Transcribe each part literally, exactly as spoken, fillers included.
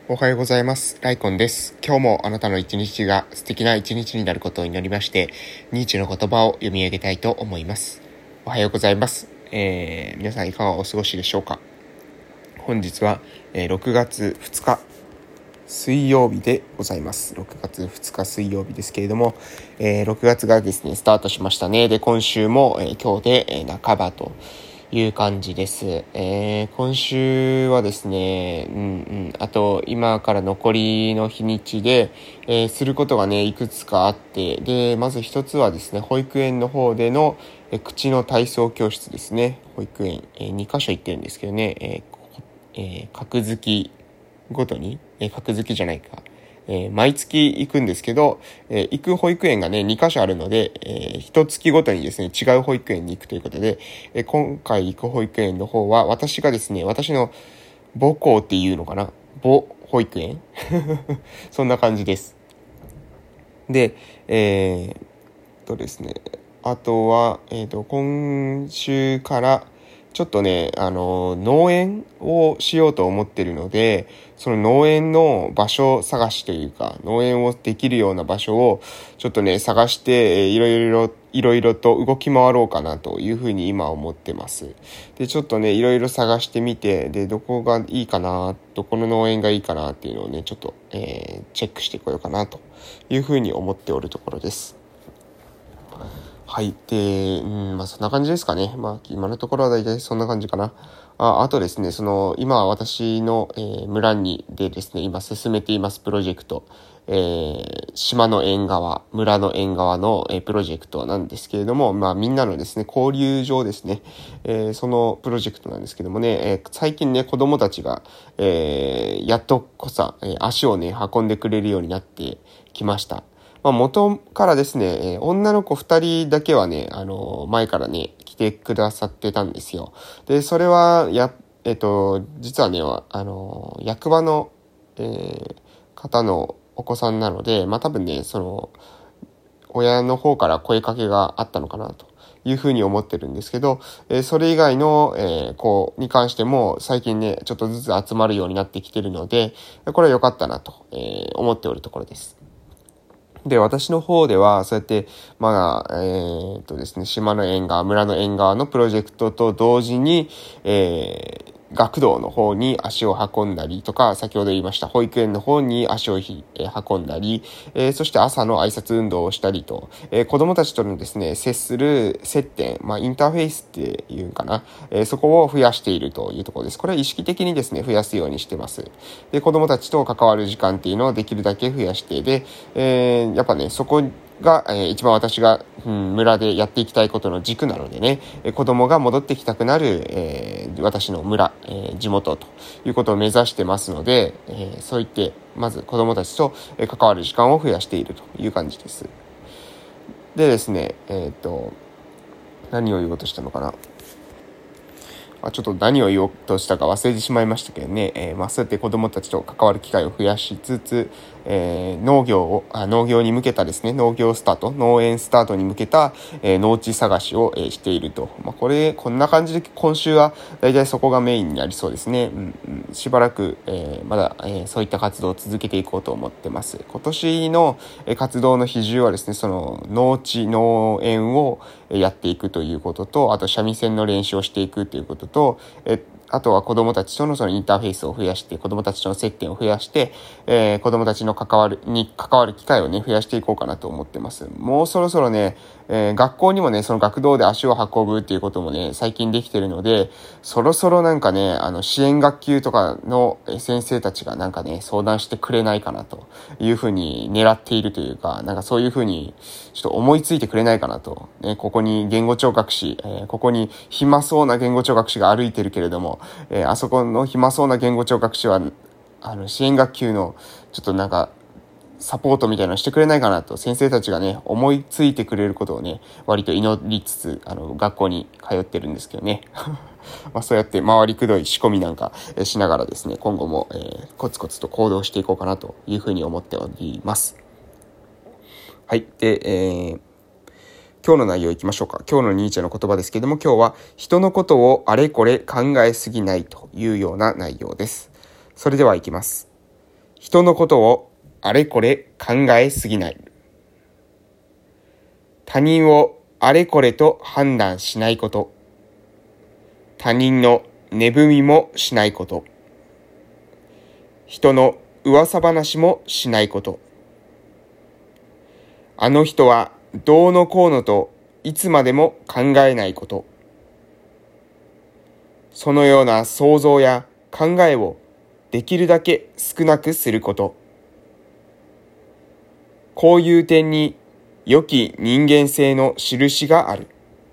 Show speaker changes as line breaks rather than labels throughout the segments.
おはようございます。ライコンです。今日もあなたの一日が素敵な一日になることを祈りまして、ニーチェの言葉を読み上げたいと思います。おはようございます。えー、皆さんいかがお過ごしでしょうか。本日は、えー、ろくがつふつか水曜日でございます。ろくがつふつか水曜日ですけれども、えー、ろくがつがですね、スタートしましたね。で、今週も、えー、今日で、えー、半ばという感じです。えー、今週はですね、うんうん、あと今から残りの日にちで、えー、することがね、いくつかあって、で、まず一つはですね、保育園の方での、えー、口の体操教室ですね。保育園、えー、にかしょ行ってるんですけどね、えーえー、格付きごとに、えー、格付きじゃないか。えー、毎月行くんですけど、えー、行く保育園がね、にかしょあるので、えー、一月ごとにですね、違う保育園に行くということで、えー、今回行く保育園の方は、私がですね、私の母校っていうのかな母保育園そんな感じです。で、えー、とですね、あとは、えっと、今週から、ちょっとね、あの、農園をしようと思ってるので、その農園の場所探しというか、農園をできるような場所をちょっとね、探して、いろいろ、いろいろと動き回ろうかなというふうに今思ってます。で、ちょっとね、いろいろ探してみて、で、どこがいいかな、どこの農園がいいかなっていうのをね、ちょっと、えー、チェックしてこようかなというふうに思っておるところです。はい。で、うん、まあそんな感じですかね。まあ今のところは大体そんな感じかな。あ、あとですね、その、今私の、えー、村にでですね、今進めていますプロジェクト、えー、島の縁側、村の縁側の、えー、プロジェクトなんですけれども、まあみんなのですね、交流上ですね、えー、そのプロジェクトなんですけどもね、えー、最近ね、子供たちが、えー、やっとこさ、えー、足をね、運んでくれるようになってきました。まあ、元からですね、えー、女の子二人だけはね、あのー、前からね、来てくださってたんですよ。で、それは、や、えっと、実はね、あのー、役場の、えー、方のお子さんなので、まあ、多分ね、その、親の方から声かけがあったのかなというふうに思ってるんですけど、えー、それ以外の、えー、子に関しても最近ね、ちょっとずつ集まるようになってきてるので、これは良かったなと、えー、思っておるところです。で、私の方では、そうやって、まあ、えー、っとですね、島の縁側、村の縁側のプロジェクトと同時に、えー、学童の方に足を運んだりとか、先ほど言いました保育園の方に足をひ、えー、運んだり、えー、そして朝の挨拶運動をしたりと、えー、子供たちとのですね、接する接点、まあ、インターフェースっていうんかな、えー、そこを増やしているというところです。これは意識的にですね、増やすようにしてます。で、子供たちと関わる時間っていうのをできるだけ増やして、で、えー、やっぱね、そこが、えー、一番私が、うん、村でやっていきたいことの軸なのでね、えー、子供が戻ってきたくなる、えー、私の村、えー、地元ということを目指してますので、えー、そう言って、まず子供たちと関わる時間を増やしているという感じです。でですね、えっと、何を言おうとしたのかな。まあ、ちょっと何を言おうとしたか忘れてしまいましたけどね、えー、まあそうやって子供たちと関わる機会を増やしつつ、えー、農業をあ、農業に向けたですね、農業スタート、農園スタートに向けた、えー、農地探しを、えー、していると。まあこれ、こんな感じで今週は大体そこがメインになりそうですね。うんうん、しばらく、えー、まだ、えー、そういった活動を続けていこうと思ってます。今年の、えー、活動の比重はですね、その農地、農園をやっていくということと、あと三味線の練習をしていくということと、えあとは子供たちとのそのインターフェースを増やして、子供たちとの接点を増やして、えー、子供たちの関わる、に関わる機会をね、増やしていこうかなと思ってます。もうそろそろね、えー、学校にもね、その学童で足を運ぶっていうこともね、最近できてるので、そろそろなんかね、あの、支援学級とかの先生たちがなんかね、相談してくれないかなというふうに狙っているというか、なんかそういうふうに、ちょっと思いついてくれないかなと。ね、ここに言語聴覚士、えー、ここに暇そうな言語聴覚士が歩いてるけれども、えー、あそこの暇そうな言語聴覚士は、あの、支援学級の、ちょっとなんか、サポートみたいなのしてくれないかなと、先生たちがね、思いついてくれることをね、割と祈りつつ、あの、学校に通ってるんですけどね。まあそうやって回りくどい仕込みなんかしながらですね、今後も、えー、コツコツと行動していこうかなというふうに思っております。はい。で、えー、今日の内容いきましょうか。今日のニーチェの言葉ですけれども、今日は人のことをあれこれ考えすぎないというような内容です。それではいきます。 人のことをあれこれ考えすぎない。他人をあれこれと判断しないこと。他人の値踏みもしないこと。人の噂話もしないこと。あの人はどうのこうのといつまでも考えないこと。そのような想像や考えをできるだけ少なくすること。こういう点に良き人間性の印がある。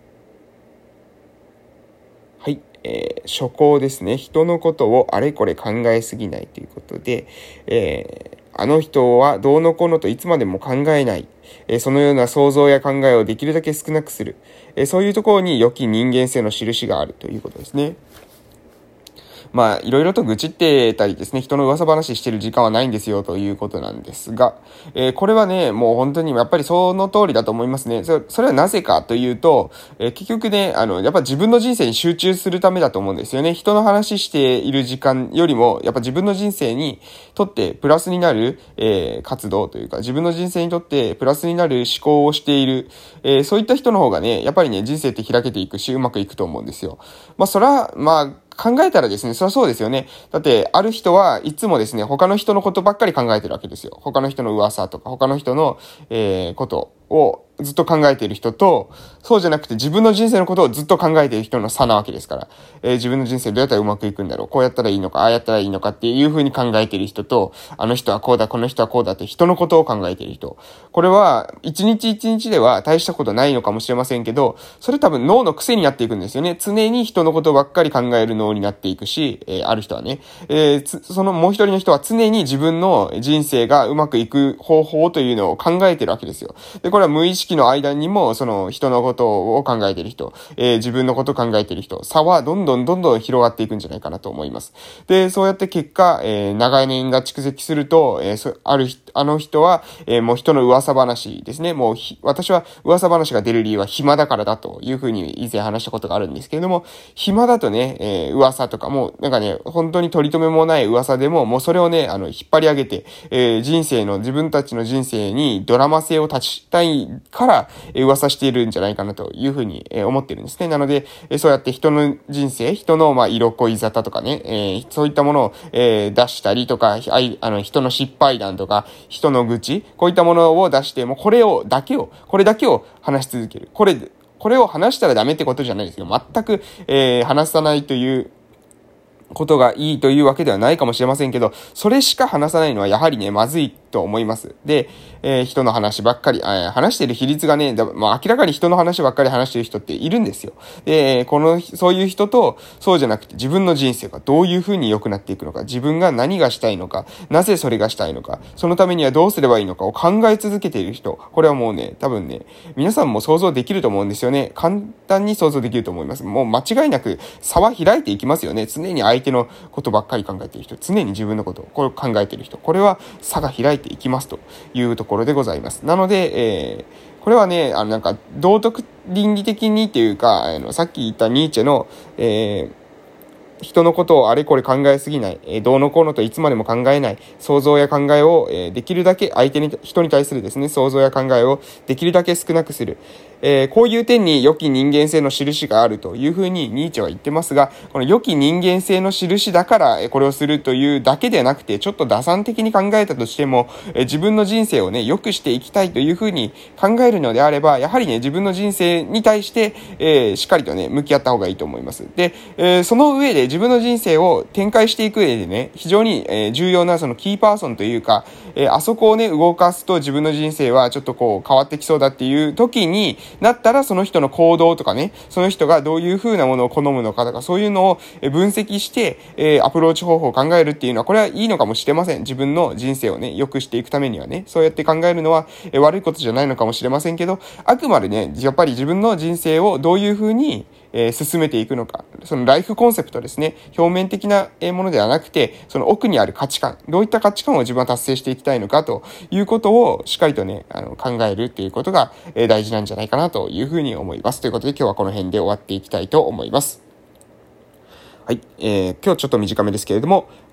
はい、えー、初項ですね。人のことをあれこれ考えすぎないということで、えー、あの人はどうのこうのといつまでも考えない。えー、そのような想像や考えをできるだけ少なくする。えー、そういうところに良き人間性の印があるということですね。まあ、いろいろと愚痴ってたりですね、人の噂話してる時間はないんですよということなんですが、えー、これはね、もう本当にやっぱりその通りだと思いますね。それ、それはなぜかというと、えー、結局ね、あの、やっぱ自分の人生に集中するためだと思うんですよね。人の話している時間よりも、やっぱ自分の人生にとってプラスになる、えー、活動というか、自分の人生にとってプラスになる思考をしている、えー、そういった人の方がね、やっぱりね、人生って開けていくし、うまくいくと思うんですよ。まあ、それは、まあ、考えたらですね、そりゃそうですよね。だって、ある人はいつもですね、他の人のことばっかり考えてるわけですよ。他の人の噂とか、他の人の、えー、ことをずっと考えている人と、そうじゃなくて自分の人生のことをずっと考えている人の差なわけですから、えー、自分の人生どうやったらうまくいくんだろう、こうやったらいいのか、ああやったらいいのかっていう風に考えている人と、あの人はこうだ、この人はこうだって人のことを考えている人。これは、一日一日では大したことないのかもしれませんけど、それ多分脳の癖になっていくんですよね。常に人のことばっかり考える脳になっていくし、えー、ある人はね、えー、そのもう一人の人は常に自分の人生がうまくいく方法というのを考えてるわけですよ。で、これは無意識の間にも、その人のことを考えている人、えー、自分のことを考えている人、差はどんどんどんどん広がっていくんじゃないかなと思います。で、そうやって結果、えー、長年が蓄積すると、えー、ある、あの人は、えー、もう人の噂話ですね。もう、私は噂話が出る理由は暇だからだというふうに以前話したことがあるんですけれども、暇だとね、えー、噂とかも、なんかね、本当に取り留めもない噂でも、もうそれをね、あの、引っ張り上げて、えー、人生の、自分たちの人生にドラマ性を立ちたいから、えー、噂しているんじゃないかなというふうに、えー、思ってるんですね。なので、えー、そうやって人の人生、人の、まあ、色恋沙汰とかね、えー、そういったものを、えー、出したりとか、あの、人の失敗談とか、人の愚痴、こういったものを出して、もうこれを、だけを、これだけを話し続ける。これ、これを話したらダメってことじゃないですよ。全く、えー、話さないということがいいというわけではないかもしれませんけど、それしか話さないのはやはりね、まずいと思います。で、えー、人の話ばっかり、えー、話している比率がね、まあ、明らかに人の話ばっかり話している人っているんですよ。で、この、そういう人と、そうじゃなくて自分の人生がどういう風に良くなっていくのか、自分が何がしたいのか、なぜそれがしたいのか、そのためにはどうすればいいのかを考え続けている人、これはもうね、多分ね、皆さんも想像できると思うんですよね。簡単に想像できると思います。もう間違いなく差は開いていきますよね。常に相手のことばっかり考えている人、常に自分のことをこれ考えている人、これは差が開いていきますというところでございます。なので、えー、これはね、あのなんか道徳倫理的にっていうか、あのさっき言ったニーチェの、えー人のことをあれこれ考えすぎない、えー、どうのこうのといつまでも考えない、想像や考えを、えー、できるだけ相手に、人に対するですね、想像や考えをできるだけ少なくする。えー、こういう点に良き人間性の印があるというふうにニーチェは言ってますが、この良き人間性の印だからこれをするというだけではなくて、ちょっと打算的に考えたとしても、えー、自分の人生をね、良くしていきたいというふうに考えるのであれば、やはりね、自分の人生に対して、えー、しっかりとね、向き合った方がいいと思います。で、えー、その上で自分の人生を展開していく上でね、非常に、えー、重要なそのキーパーソンというか、えー、あそこをね、動かすと自分の人生はちょっとこう変わってきそうだっていう時になったら、その人の行動とかね、その人がどういう風なものを好むのかとか、そういうのを分析して、えー、アプローチ方法を考えるっていうのは、これはいいのかもしれません。自分の人生をね、良くしていくためにはね、そうやって考えるのは、えー、悪いことじゃないのかもしれませんけど、あくまでね、やっぱり自分の人生をどういう風にえー、進めていくのか。そのライフコンセプトですね。表面的なものではなくて、その奥にある価値観。どういった価値観を自分は達成していきたいのかということをしっかりとね、あの考えるっていうことが、えー、大事なんじゃないかなというふうに思います。ということで今日はこの辺で終わっていきたいと思います。はい。えー、今日ちょっと短めですけれども、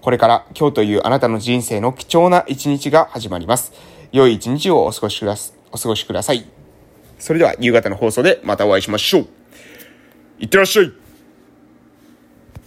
これから今日というあなたの人生の貴重な一日が始まります。良い一日をお過ごしくだす、お過ごしください。それでは夕方の放送でまたお会いしましょう。いってらっしゃい。